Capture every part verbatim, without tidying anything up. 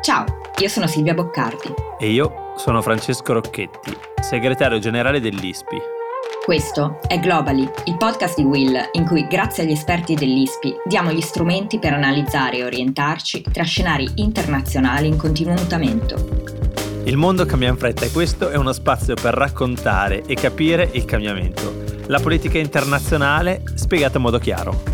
Ciao, io sono Silvia Boccardi. E io sono Francesco Rocchetti, segretario generale dell'I S P I. Questo è Globally, il podcast di Will in cui, grazie agli esperti dell'I S P I, diamo gli strumenti per analizzare e orientarci tra scenari internazionali in continuo mutamento. Il mondo cambia in fretta e questo è uno spazio per raccontare e capire il cambiamento. La politica internazionale spiegata in modo chiaro.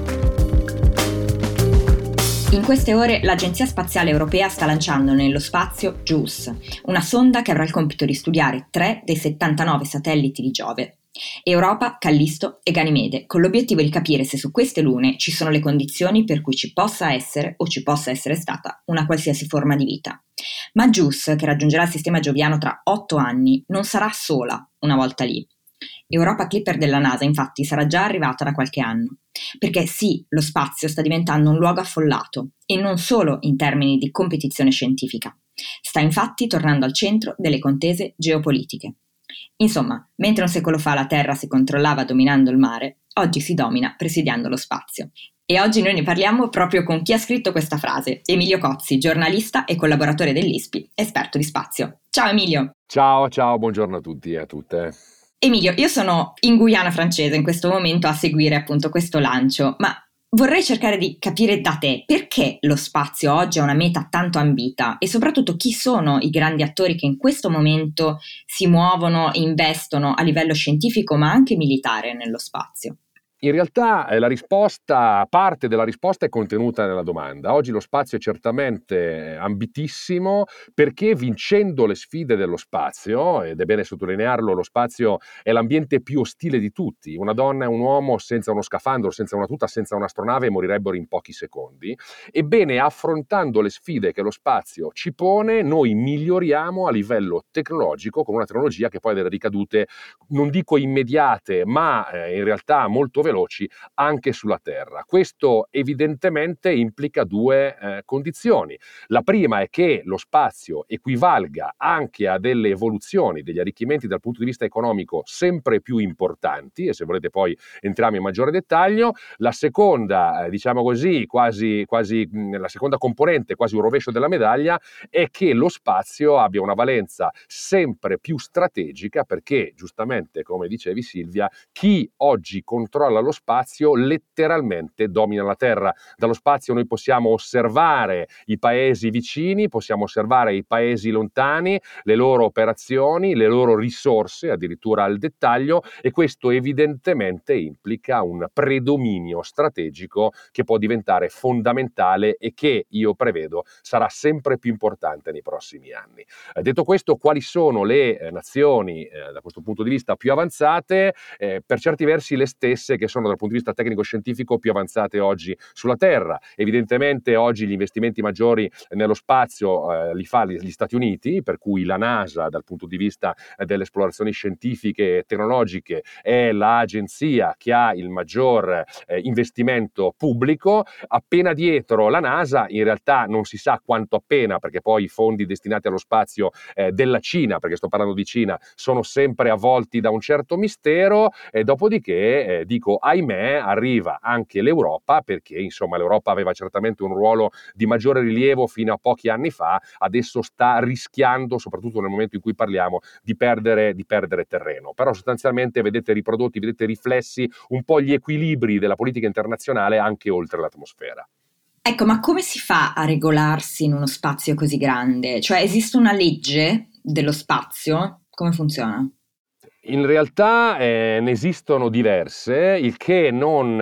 In queste ore l'Agenzia Spaziale Europea sta lanciando nello spazio JUICE, una sonda che avrà il compito di studiare tre dei settantanove satelliti di Giove. Europa, Callisto e Ganimede, con l'obiettivo di capire se su queste lune ci sono le condizioni per cui ci possa essere o ci possa essere stata una qualsiasi forma di vita. Ma JUICE, che raggiungerà il sistema gioviano tra otto anni, non sarà sola una volta lì. Europa Clipper della NASA infatti sarà già arrivata da qualche anno, perché sì, lo spazio sta diventando un luogo affollato e non solo in termini di competizione scientifica. Sta infatti tornando al centro delle contese geopolitiche. Insomma, mentre un secolo fa la Terra si controllava dominando il mare, oggi si domina presidiando lo spazio. E oggi noi ne parliamo proprio con chi ha scritto questa frase, Emilio Cozzi, giornalista e collaboratore dell'I S P I, esperto di spazio. Ciao Emilio! Ciao, ciao, buongiorno a tutti e a tutte. Emilio, io sono in Guyana francese in questo momento a seguire appunto questo lancio, ma vorrei cercare di capire da te perché lo spazio oggi è una meta tanto ambita e soprattutto chi sono i grandi attori che in questo momento si muovono e investono a livello scientifico ma anche militare nello spazio. In realtà eh, la risposta, parte della risposta è contenuta nella domanda. Oggi lo spazio è certamente ambitissimo perché vincendo le sfide dello spazio, ed è bene sottolinearlo, lo spazio è l'ambiente più ostile di tutti. Una donna e un uomo senza uno scafandro, senza una tuta, senza un'astronave morirebbero in pochi secondi. Ebbene, affrontando le sfide che lo spazio ci pone, noi miglioriamo a livello tecnologico con una tecnologia che poi ha delle ricadute, non dico immediate, ma eh, in realtà molto veloci anche sulla Terra. Questo evidentemente implica due eh, condizioni. La prima è che lo spazio equivalga anche a delle evoluzioni, degli arricchimenti dal punto di vista economico sempre più importanti, e se volete poi entriamo in maggiore dettaglio. La seconda, eh, diciamo così, quasi, quasi mh, la seconda componente, quasi un rovescio della medaglia, è che lo spazio abbia una valenza sempre più strategica perché, giustamente, come dicevi Silvia, chi oggi controlla lo spazio letteralmente domina la Terra. Dallo spazio noi possiamo osservare i paesi vicini, possiamo osservare i paesi lontani, le loro operazioni, le loro risorse, addirittura al dettaglio, e questo evidentemente implica un predominio strategico che può diventare fondamentale e che io prevedo sarà sempre più importante nei prossimi anni. Eh, detto questo, quali sono le eh, nazioni eh, da questo punto di vista più avanzate? Eh, per certi versi le stesse che sono dal punto di vista tecnico-scientifico più avanzate oggi sulla Terra. Evidentemente oggi gli investimenti maggiori nello spazio eh, li fa gli Stati Uniti, per cui la NASA dal punto di vista eh, delle esplorazioni scientifiche e tecnologiche è l'agenzia che ha il maggior eh, investimento pubblico. Appena dietro la NASA, in realtà non si sa quanto appena, perché poi i fondi destinati allo spazio eh, della Cina, perché sto parlando di Cina, sono sempre avvolti da un certo mistero, e dopodiché eh, dico ahimè arriva anche l'Europa, perché insomma l'Europa aveva certamente un ruolo di maggiore rilievo fino a pochi anni fa, adesso sta rischiando, soprattutto nel momento in cui parliamo, di perdere, di perdere terreno. Però sostanzialmente vedete riprodotti, vedete riflessi un po' gli equilibri della politica internazionale anche oltre l'atmosfera. Ecco, ma come si fa a regolarsi in uno spazio così grande? Cioè esiste una legge dello spazio? Come funziona? In realtà eh, ne esistono diverse, il che non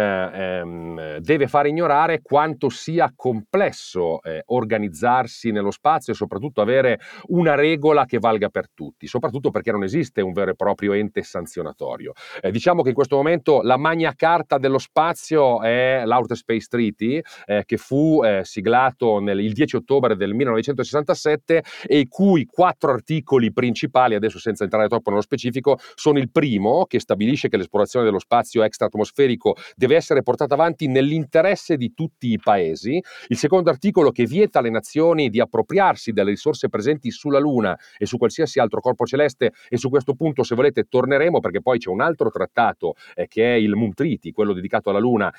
ehm, deve far ignorare quanto sia complesso eh, organizzarsi nello spazio e soprattutto avere una regola che valga per tutti, soprattutto perché non esiste un vero e proprio ente sanzionatorio. Eh, diciamo che in questo momento la Magna Carta dello spazio è l'Outer Space Treaty, eh, che fu eh, siglato nel, il dieci ottobre del millenovecentosessantasette e i cui quattro articoli principali, adesso senza entrare troppo nello specifico, sono il primo, che stabilisce che l'esplorazione dello spazio extraatmosferico deve essere portata avanti nell'interesse di tutti i paesi, il secondo articolo che vieta alle nazioni di appropriarsi delle risorse presenti sulla Luna e su qualsiasi altro corpo celeste, e su questo punto, se volete, torneremo perché poi c'è un altro trattato eh, che è il Moon Treaty, quello dedicato alla Luna,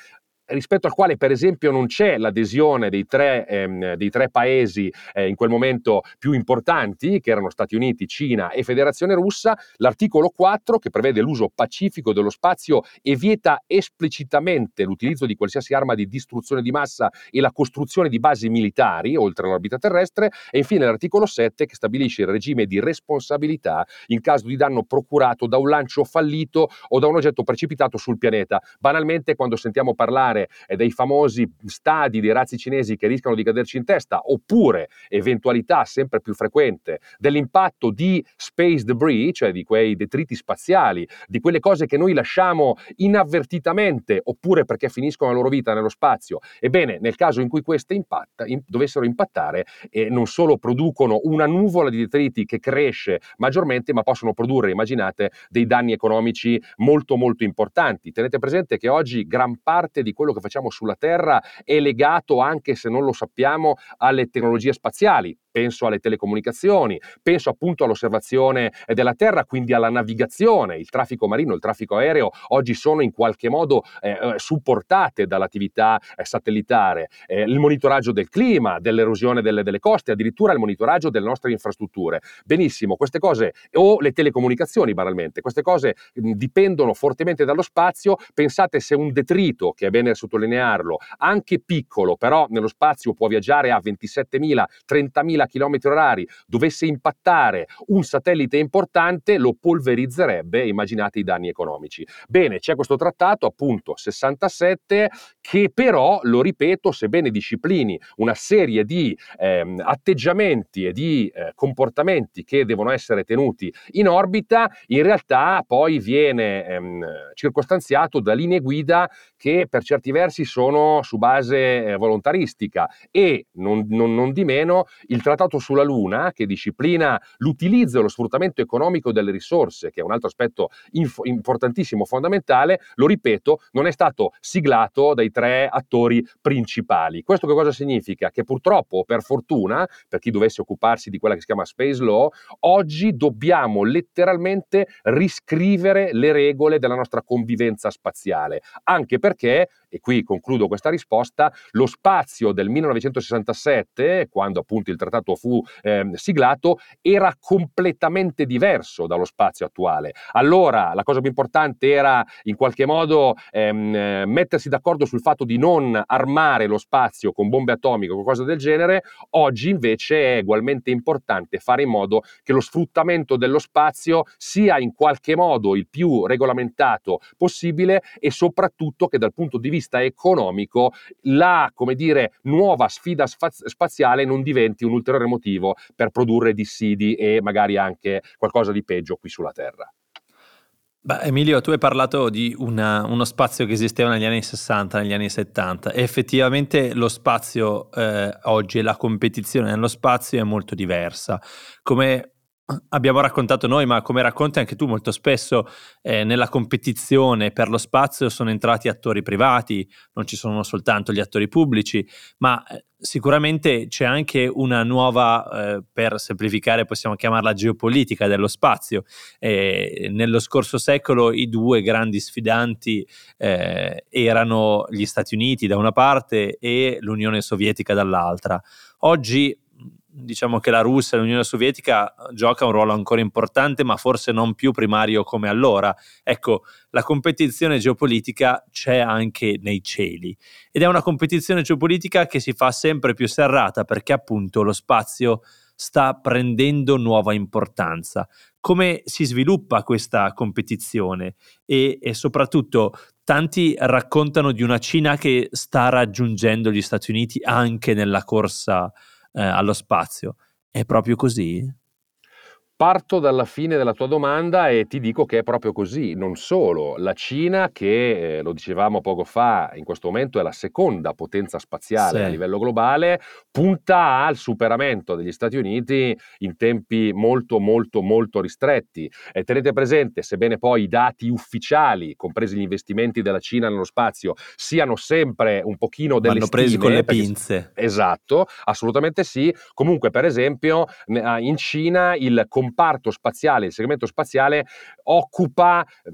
rispetto al quale per esempio non c'è l'adesione dei tre, ehm, dei tre paesi eh, in quel momento più importanti, che erano Stati Uniti, Cina e Federazione Russa, l'articolo quattro, che prevede l'uso pacifico dello spazio e vieta esplicitamente l'utilizzo di qualsiasi arma di distruzione di massa e la costruzione di basi militari oltre l'orbita terrestre, e infine l'articolo sette, che stabilisce il regime di responsabilità in caso di danno procurato da un lancio fallito o da un oggetto precipitato sul pianeta. Banalmente, quando sentiamo parlare dei famosi stadi dei razzi cinesi che rischiano di caderci in testa, oppure eventualità sempre più frequente dell'impatto di space debris, cioè di quei detriti spaziali, di quelle cose che noi lasciamo inavvertitamente oppure perché finiscono la loro vita nello spazio. Ebbene, nel caso in cui queste impatta, in, dovessero impattare, eh, non solo producono una nuvola di detriti che cresce maggiormente, ma possono produrre, immaginate, dei danni economici molto molto importanti. Tenete presente che oggi gran parte di quello che facciamo sulla Terra è legato, anche se non lo sappiamo, alle tecnologie spaziali. Penso alle telecomunicazioni, penso appunto all'osservazione della Terra, quindi alla navigazione. Il traffico marino, il traffico aereo oggi sono in qualche modo eh, supportate dall'attività eh, satellitare. Eh, il monitoraggio del clima, dell'erosione delle, delle coste, addirittura il monitoraggio delle nostre infrastrutture. Benissimo, queste cose, o le telecomunicazioni banalmente, queste cose mh, dipendono fortemente dallo spazio. Pensate se un detrito, che è bene sottolinearlo, anche piccolo, però nello spazio può viaggiare a ventisettemila, trentamila chilometri orari, dovesse impattare un satellite importante, lo polverizzerebbe, immaginate i danni economici. Bene, c'è questo trattato, appunto sessantasette, che però, lo ripeto, sebbene disciplini una serie di ehm, atteggiamenti e di eh, comportamenti che devono essere tenuti in orbita, in realtà poi viene ehm, circostanziato da linee guida che per certi versi sono su base eh, volontaristica, e non, non, non di meno il trattato sulla Luna, che disciplina l'utilizzo e lo sfruttamento economico delle risorse, che è un altro aspetto inf- importantissimo, fondamentale, lo ripeto, non è stato siglato dai tre attori principali. Questo che cosa significa? Che purtroppo, o per fortuna, per chi dovesse occuparsi di quella che si chiama Space Law, oggi dobbiamo letteralmente riscrivere le regole della nostra convivenza spaziale, anche perché, e qui concludo questa risposta, lo spazio del millenovecentosessantasette, quando appunto il trattato fu eh, siglato, era completamente diverso dallo spazio attuale. Allora la cosa più importante era in qualche modo ehm, mettersi d'accordo sul fatto di non armare lo spazio con bombe atomiche o qualcosa del genere. Oggi invece è ugualmente importante fare in modo che lo sfruttamento dello spazio sia in qualche modo il più regolamentato possibile, e soprattutto che dal punto di vista economico la, come dire, nuova sfida spaz- spaziale non diventi un ulteriore motivo per produrre dissidi e magari anche qualcosa di peggio qui sulla Terra. Beh, Emilio, tu hai parlato di una, uno spazio che esisteva negli anni sessanta, negli anni settanta, e effettivamente lo spazio eh, oggi e la competizione nello spazio è molto diversa. Come abbiamo raccontato noi, ma come racconti anche tu molto spesso, eh, nella competizione per lo spazio sono entrati attori privati, non ci sono soltanto gli attori pubblici, ma eh, sicuramente c'è anche una nuova, eh, per semplificare possiamo chiamarla geopolitica dello spazio. Eh, nello scorso secolo i due grandi sfidanti eh, erano gli Stati Uniti da una parte e l'Unione Sovietica dall'altra. Oggi diciamo che la Russia e l'Unione Sovietica gioca un ruolo ancora importante, ma forse non più primario come allora. Ecco, la competizione geopolitica c'è anche nei cieli, ed è una competizione geopolitica che si fa sempre più serrata, perché appunto lo spazio sta prendendo nuova importanza. Come si sviluppa questa competizione? E, e soprattutto tanti raccontano di una Cina che sta raggiungendo gli Stati Uniti anche nella corsa Eh, allo spazio. È proprio così? Parto dalla fine della tua domanda e ti dico che è proprio così. Non solo, la Cina, che eh, lo dicevamo poco fa, in questo momento è la seconda potenza spaziale Sì. a livello globale, punta al superamento degli Stati Uniti in tempi molto molto molto ristretti. E tenete presente, sebbene poi i dati ufficiali, compresi gli investimenti della Cina nello spazio, siano sempre un pochino delle Vanno stime, presi con le perché- pinze. Esatto, assolutamente sì. Comunque, per esempio, ne- in Cina il comparto spaziale, il segmento spaziale occupa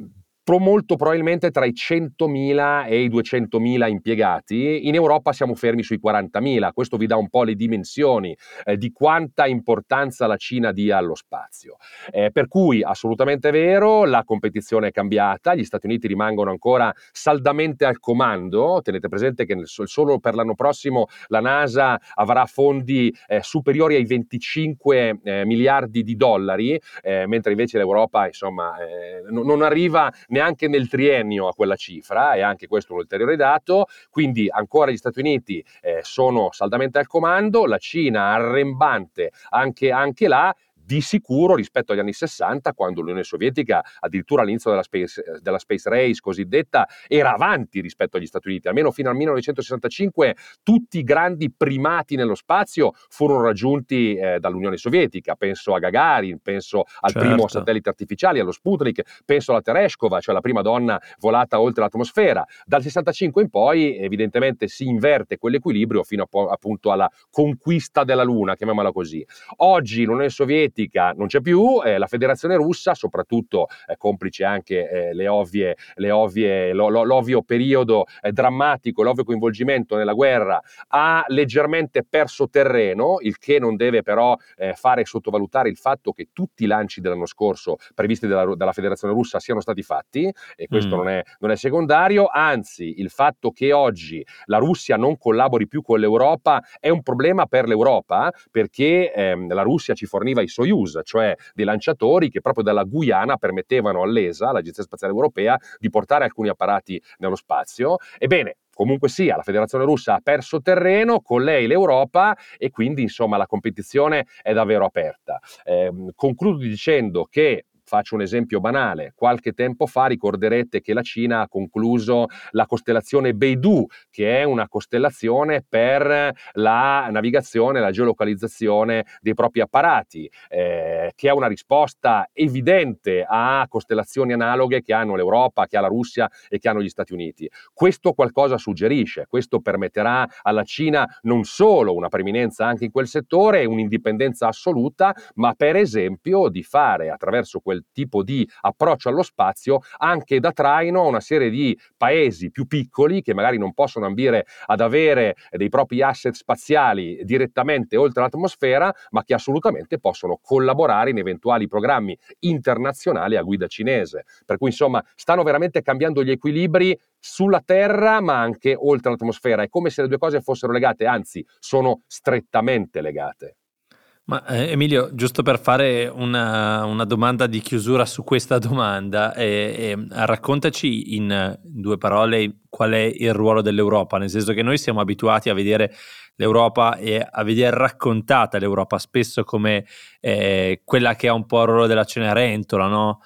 pro molto probabilmente tra i centomila e i duecentomila impiegati. In Europa siamo fermi sui quarantamila. Questo vi dà un po' le dimensioni eh, di quanta importanza la Cina dia allo spazio. Eh, per cui assolutamente vero, la competizione è cambiata, gli Stati Uniti rimangono ancora saldamente al comando. Tenete presente che nel, solo per l'anno prossimo la NASA avrà fondi eh, superiori ai venticinque eh, miliardi di dollari, eh, mentre invece l'Europa insomma eh, non, non arriva neanche nel triennio a quella cifra, e anche questo è un ulteriore dato. Quindi ancora gli Stati Uniti eh, sono saldamente al comando, la Cina arrembante anche, anche là. Di sicuro rispetto agli anni sessanta, quando l'Unione Sovietica, addirittura all'inizio della space, della space race cosiddetta, era avanti rispetto agli Stati Uniti. Almeno fino al millenovecentosessantacinque tutti i grandi primati nello spazio furono raggiunti eh, dall'Unione Sovietica. Penso a Gagarin, penso al Certo. primo satellite artificiale, allo Sputnik, penso alla Tereshkova, cioè la prima donna volata oltre l'atmosfera. Dal sessantacinque in poi evidentemente si inverte quell'equilibrio fino a po- appunto alla conquista della Luna, chiamiamola così. Oggi l'Unione Sovietica non c'è più, eh, la Federazione Russa, soprattutto eh, complice anche eh, le ovvie, le ovvie, lo, lo, l'ovvio periodo eh, drammatico, l'ovvio coinvolgimento nella guerra, ha leggermente perso terreno, il che non deve però eh, fare sottovalutare il fatto che tutti i lanci dell'anno scorso previsti dalla, dalla Federazione Russa siano stati fatti, e questo mm. non, è, non è secondario. Anzi, il fatto che oggi la Russia non collabori più con l'Europa è un problema per l'Europa, perché ehm, la Russia ci forniva i Soyuz, cioè dei lanciatori che proprio dalla Guyana permettevano all'E S A, l'Agenzia Spaziale Europea, di portare alcuni apparati nello spazio. Ebbene, comunque sia, la Federazione Russa ha perso terreno, con lei l'Europa, e quindi insomma la competizione è davvero aperta. Eh, concludo dicendo che, faccio un esempio banale, qualche tempo fa ricorderete che la Cina ha concluso la costellazione Beidou, che è una costellazione per la navigazione e la geolocalizzazione dei propri apparati, eh, che è una risposta evidente a costellazioni analoghe che hanno l'Europa, che ha la Russia e che hanno gli Stati Uniti. Questo qualcosa suggerisce, questo permetterà alla Cina non solo una preeminenza anche in quel settore e un'indipendenza assoluta, ma per esempio di fare attraverso quel tipo di approccio allo spazio anche da traino a una serie di paesi più piccoli che magari non possono ambire ad avere dei propri asset spaziali direttamente oltre l'atmosfera, ma che assolutamente possono collaborare in eventuali programmi internazionali a guida cinese. Per cui insomma stanno veramente cambiando gli equilibri sulla Terra, ma anche oltre l'atmosfera. È come se le due cose fossero legate, anzi sono strettamente legate. Ma eh, Emilio, giusto per fare una, una domanda di chiusura su questa domanda, eh, eh, raccontaci in due parole qual è il ruolo dell'Europa, nel senso che noi siamo abituati a vedere l'Europa e a vedere raccontata l'Europa spesso come eh, quella che ha un po' il ruolo della Cenerentola, no?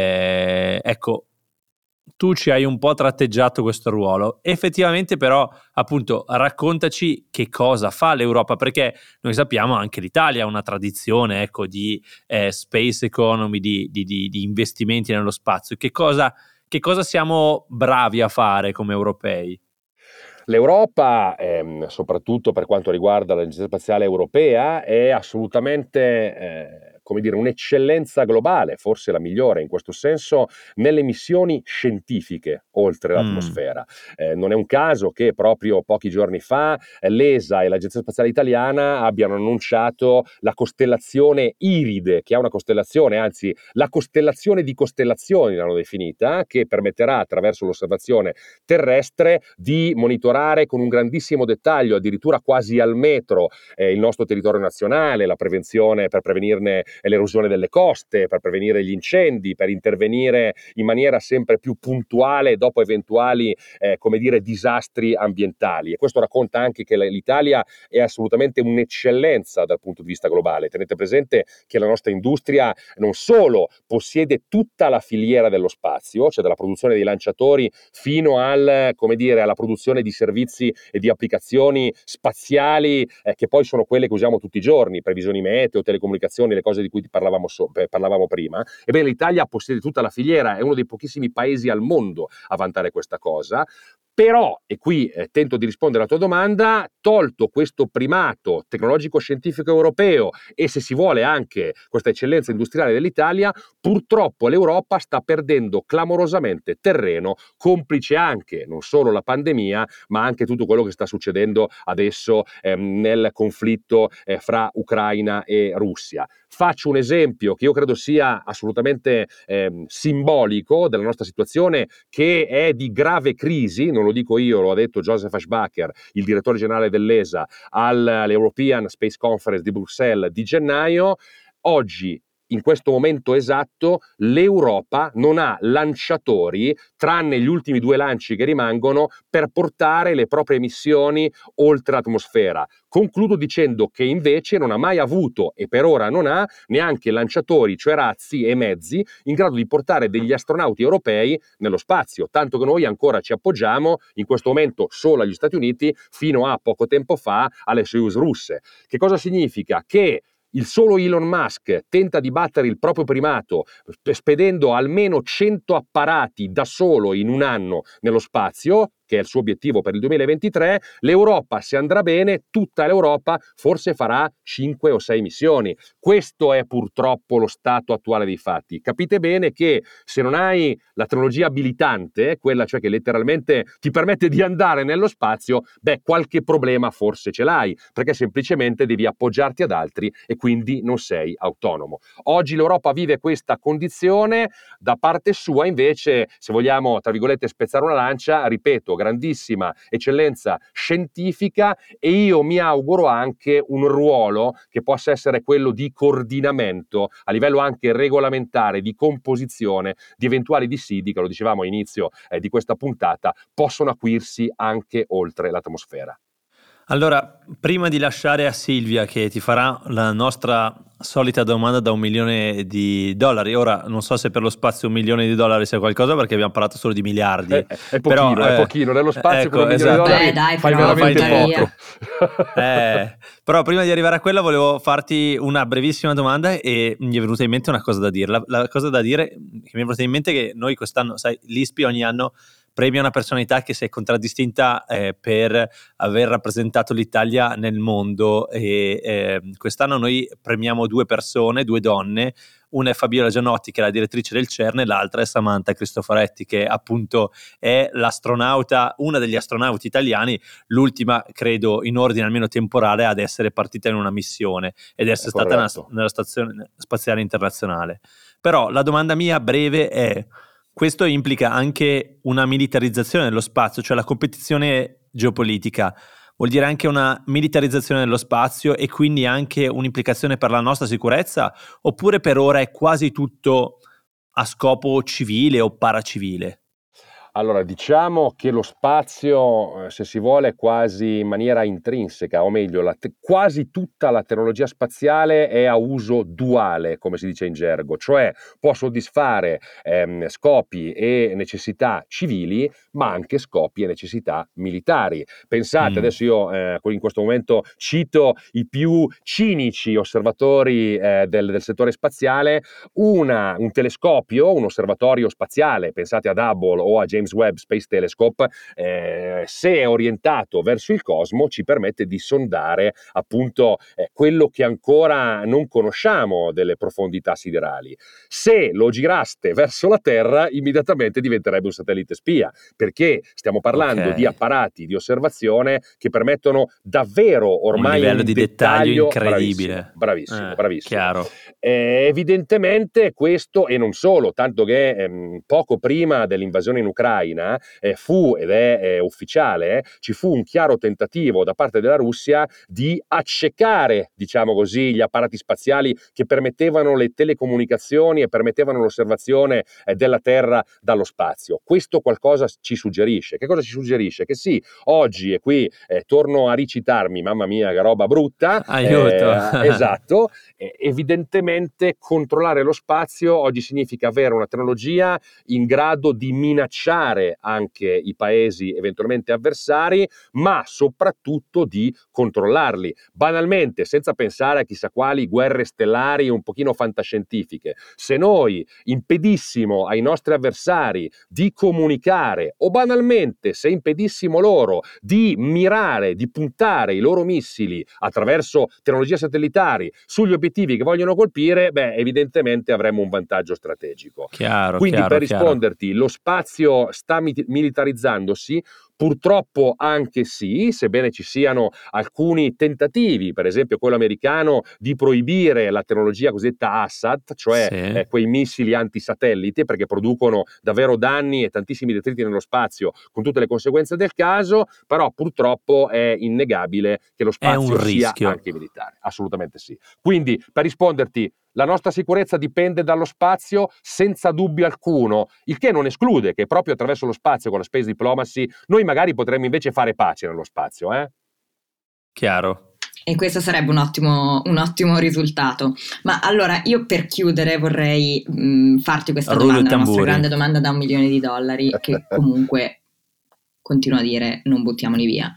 Eh, ecco, tu ci hai un po' tratteggiato questo ruolo. Effettivamente però, appunto, raccontaci che cosa fa l'Europa, perché noi sappiamo anche l'Italia ha una tradizione, ecco, di eh, space economy, di, di, di, di investimenti nello spazio. Che cosa, che cosa siamo bravi a fare come europei? L'Europa, ehm, soprattutto per quanto riguarda l'Agenzia Spaziale Europea, è assolutamente eh, come dire, un'eccellenza globale, forse la migliore in questo senso, nelle missioni scientifiche oltre l'atmosfera. Mm. Eh, non è un caso che proprio pochi giorni fa eh, l'E S A e l'Agenzia Spaziale Italiana abbiano annunciato la costellazione Iride, che è una costellazione, anzi la costellazione di costellazioni l'hanno definita, che permetterà attraverso l'osservazione terrestre di monitorare con un grandissimo dettaglio, addirittura quasi al metro, eh, il nostro territorio nazionale, la prevenzione per prevenirne l'erosione delle coste, per prevenire gli incendi, per intervenire in maniera sempre più puntuale dopo eventuali eh, come dire, disastri ambientali. E questo racconta anche che l'Italia è assolutamente un'eccellenza dal punto di vista globale. Tenete presente che la nostra industria non solo possiede tutta la filiera dello spazio, cioè dalla produzione dei lanciatori fino al, come dire, alla produzione di servizi e di applicazioni spaziali eh, che poi sono quelle che usiamo tutti i giorni, previsioni meteo, telecomunicazioni, le cose di cui parlavamo, so, parlavamo prima. Ebbene, l'Italia possiede tutta la filiera, è uno dei pochissimi paesi al mondo a vantare questa cosa. Però, e qui eh, tento di rispondere alla tua domanda, tolto questo primato tecnologico-scientifico europeo e, se si vuole, anche questa eccellenza industriale dell'Italia, purtroppo l'Europa sta perdendo clamorosamente terreno, complice anche non solo la pandemia, ma anche tutto quello che sta succedendo adesso ehm, nel conflitto eh, fra Ucraina e Russia. Faccio un esempio che io credo sia assolutamente ehm, simbolico della nostra situazione, che è di grave crisi, non lo dico io, lo ha detto Joseph Aschbacher, il direttore generale dell'E S A, all'European Space Conference di Bruxelles di gennaio. Oggi, in questo momento esatto, l'Europa non ha lanciatori, tranne gli ultimi due lanci che rimangono, per portare le proprie emissioni oltre l'atmosfera. Concludo dicendo che invece non ha mai avuto, e per ora non ha, neanche lanciatori, cioè razzi e mezzi, in grado di portare degli astronauti europei nello spazio, tanto che noi ancora ci appoggiamo in questo momento solo agli Stati Uniti, fino a poco tempo fa alle Soyuz russe. Che cosa significa? Che il solo Elon Musk tenta di battere il proprio primato spedendo almeno cento apparati da solo in un anno nello spazio, che è il suo obiettivo per il duemilaventitré. L'Europa, se andrà bene, tutta l'Europa forse farà cinque o sei missioni. Questo è purtroppo lo stato attuale dei fatti. Capite bene che se non hai la tecnologia abilitante, quella cioè che letteralmente ti permette di andare nello spazio, beh, qualche problema forse ce l'hai, perché semplicemente devi appoggiarti ad altri e quindi non sei autonomo. Oggi l'Europa vive questa condizione. Da parte sua, invece, se vogliamo, tra virgolette, spezzare una lancia, ripeto, grandissima eccellenza scientifica, e io mi auguro anche un ruolo che possa essere quello di coordinamento a livello anche regolamentare, di composizione di eventuali dissidi che, lo dicevamo all'inizio eh, di questa puntata, possono acuirsi anche oltre l'atmosfera. Allora, prima di lasciare a Silvia, che ti farà la nostra solita domanda da un milione di dollari, ora non so se per lo spazio un milione di dollari sia qualcosa, perché abbiamo parlato solo di miliardi. È, è pochino, però, è eh, pochino, nello spazio ecco, con un milione esatto. di dollari eh, dai, fai però, veramente fai poco. eh, però prima di arrivare a quella volevo farti una brevissima domanda, e mi è venuta in mente una cosa da dire. La, la cosa da dire che mi è venuta in mente è che noi quest'anno, sai, l'I S P I ogni anno premia una personalità che si è contraddistinta eh, per aver rappresentato l'Italia nel mondo, e eh, quest'anno noi premiamo due persone, due donne. Una è Fabiola Gianotti, che è la direttrice del CERN, e l'altra è Samantha Cristoforetti, che appunto è l'astronauta, una degli astronauti italiani, l'ultima, credo, in ordine almeno temporale, ad essere partita in una missione ed essere stata nella, nella Stazione Spaziale Internazionale. Però la domanda mia breve è: questo implica anche una militarizzazione dello spazio, cioè la competizione geopolitica vuol dire anche una militarizzazione dello spazio e quindi anche un'implicazione per la nostra sicurezza, oppure per ora è quasi tutto a scopo civile o paracivile? Allora, diciamo che lo spazio, eh, se si vuole, quasi in maniera intrinseca, o meglio, la te- quasi tutta la tecnologia spaziale è a uso duale, come si dice in gergo, cioè può soddisfare ehm, scopi e necessità civili, ma anche scopi e necessità militari. Pensate, Mm. adesso io eh, in questo momento cito i più cinici osservatori eh, del, del settore spaziale. Una, un telescopio, un osservatorio spaziale, pensate ad Hubble o a James Webb Space Telescope, eh, se è orientato verso il cosmo, ci permette di sondare appunto eh, quello che ancora non conosciamo delle profondità siderali. Se lo giraste verso la Terra, immediatamente diventerebbe un satellite spia, perché stiamo parlando Okay. di apparati di osservazione che permettono davvero ormai un livello un di dettaglio, dettaglio incredibile. bravissimo, bravissimo, Eh, bravissimo. chiaro. Eh, evidentemente questo, e non solo, tanto che ehm, poco prima dell'invasione in Ucraina eh, fu, ed è eh, ufficiale, eh, ci fu un chiaro tentativo da parte della Russia di accecare, diciamo così, gli apparati spaziali che permettevano le telecomunicazioni e permettevano l'osservazione eh, della Terra dallo spazio. Questo qualcosa ci suggerisce. Che cosa ci suggerisce? Che sì, oggi, e qui eh, torno a ricitarmi, mamma mia che roba brutta, Aiuto. eh, esatto, eh, evidentemente controllare lo spazio oggi significa avere una tecnologia in grado di minacciare aiutare anche i paesi eventualmente avversari, ma soprattutto di controllarli. Banalmente, senza pensare a chissà quali guerre stellari un pochino fantascientifiche, se noi impedissimo ai nostri avversari di comunicare, o banalmente se impedissimo loro di mirare, di puntare i loro missili attraverso tecnologie satellitari sugli obiettivi che vogliono colpire, beh, evidentemente avremmo un vantaggio strategico. Chiaro, Quindi chiaro, per chiaro. risponderti, lo spazio sta mi- militarizzandosi. Purtroppo anche sì, sebbene ci siano alcuni tentativi, per esempio quello americano, di proibire la tecnologia cosiddetta ASAT, cioè Sì. eh, quei missili antisatellite, perché producono davvero danni e tantissimi detriti nello spazio, con tutte le conseguenze del caso, però purtroppo è innegabile che lo È un spazio sia rischio. anche militare, assolutamente sì. Quindi, per risponderti, la nostra sicurezza dipende dallo spazio senza dubbio alcuno, il che non esclude che proprio attraverso lo spazio, con la space diplomacy, noi magari potremmo invece fare pace nello spazio, eh? Chiaro. E questo sarebbe un ottimo, un ottimo risultato. Ma allora io per chiudere vorrei mh, farti questa Rullo i domanda, la nostra tamburi. grande domanda da un milione di dollari, che comunque continuo a dire non buttiamoli via.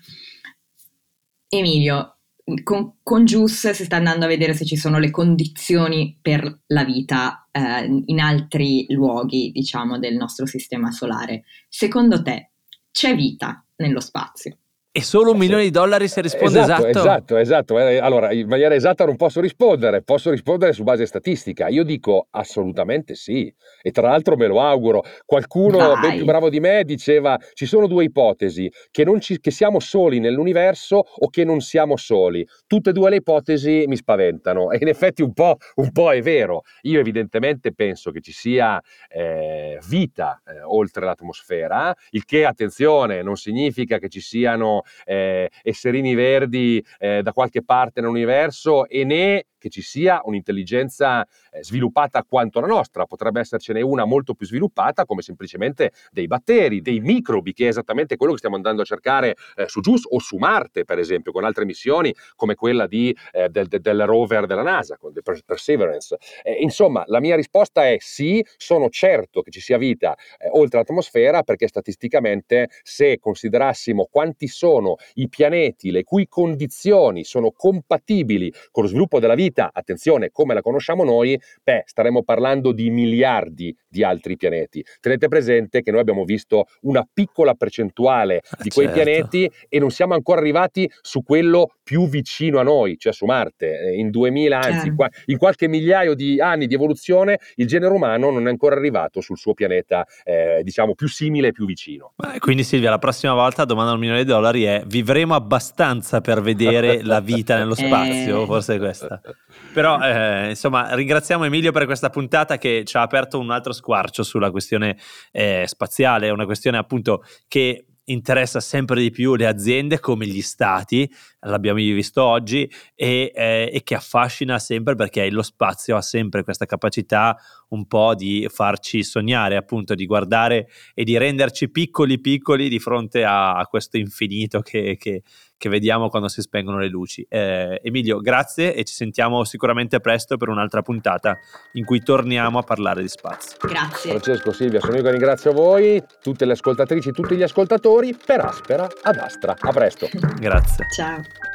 Emilio, con, con JUICE si sta andando a vedere se ci sono le condizioni per la vita eh, in altri luoghi, diciamo, del nostro sistema solare. Secondo te c'è vita nello spazio? E solo un Eh, milione sì. di dollari se risponde Esatto, esatto? esatto, esatto. Eh, Allora, in maniera esatta non posso rispondere, posso rispondere su base statistica. Io dico assolutamente sì. E tra l'altro me lo auguro. Qualcuno ben più Vai. bravo di me diceva: ci sono due ipotesi, che, non ci, che siamo soli nell'universo o che non siamo soli. Tutte e due le ipotesi mi spaventano. E in effetti un po', un po' è vero. Io evidentemente penso che ci sia eh, vita eh, oltre l'atmosfera, il che, attenzione, non significa che ci siano Eh, esserini verdi eh, da qualche parte nell'universo, e né che ci sia un'intelligenza eh, sviluppata quanto la nostra. Potrebbe essercene una molto più sviluppata, come semplicemente dei batteri, dei microbi, che è esattamente quello che stiamo andando a cercare eh, su JUICE o su Marte, per esempio, con altre missioni come quella di, eh, del, del rover della NASA, con the Perseverance. Eh, insomma, la mia risposta è sì, sono certo che ci sia vita eh, oltre l'atmosfera, perché statisticamente, se considerassimo quanti sono i pianeti le cui condizioni sono compatibili con lo sviluppo della vita, attenzione, come la conosciamo noi, beh, staremo parlando di miliardi di altri pianeti. Tenete presente che noi abbiamo visto una piccola percentuale Ah, di quei certo. pianeti e non siamo ancora arrivati su quello più vicino a noi, cioè su Marte. In duemila, anzi, Chiaro. qua, in qualche migliaio di anni di evoluzione, il genere umano non è ancora arrivato sul suo pianeta, eh, diciamo, più simile e più vicino. Beh, quindi Silvia, la prossima volta, domanda a un milione di dollari è: vivremo abbastanza per vedere la vita nello spazio? Eh. Forse è questa. Però eh, insomma, ringraziamo Emilio per questa puntata che ci ha aperto un altro squarcio sulla questione eh, spaziale, una questione appunto che interessa sempre di più le aziende come gli stati, l'abbiamo visto oggi, e, eh, e che affascina sempre, perché lo spazio ha sempre questa capacità un po' di farci sognare, appunto, di guardare e di renderci piccoli piccoli di fronte a, a questo infinito che, che, che vediamo quando si spengono le luci. Eh, Emilio, grazie, e ci sentiamo sicuramente presto per un'altra puntata in cui torniamo a parlare di spazio. Grazie. Francesco, Silvia, sono io che ringrazio voi, tutte le ascoltatrici, tutti gli ascoltatori. Per Aspera ad Astra. A presto. Grazie. Ciao.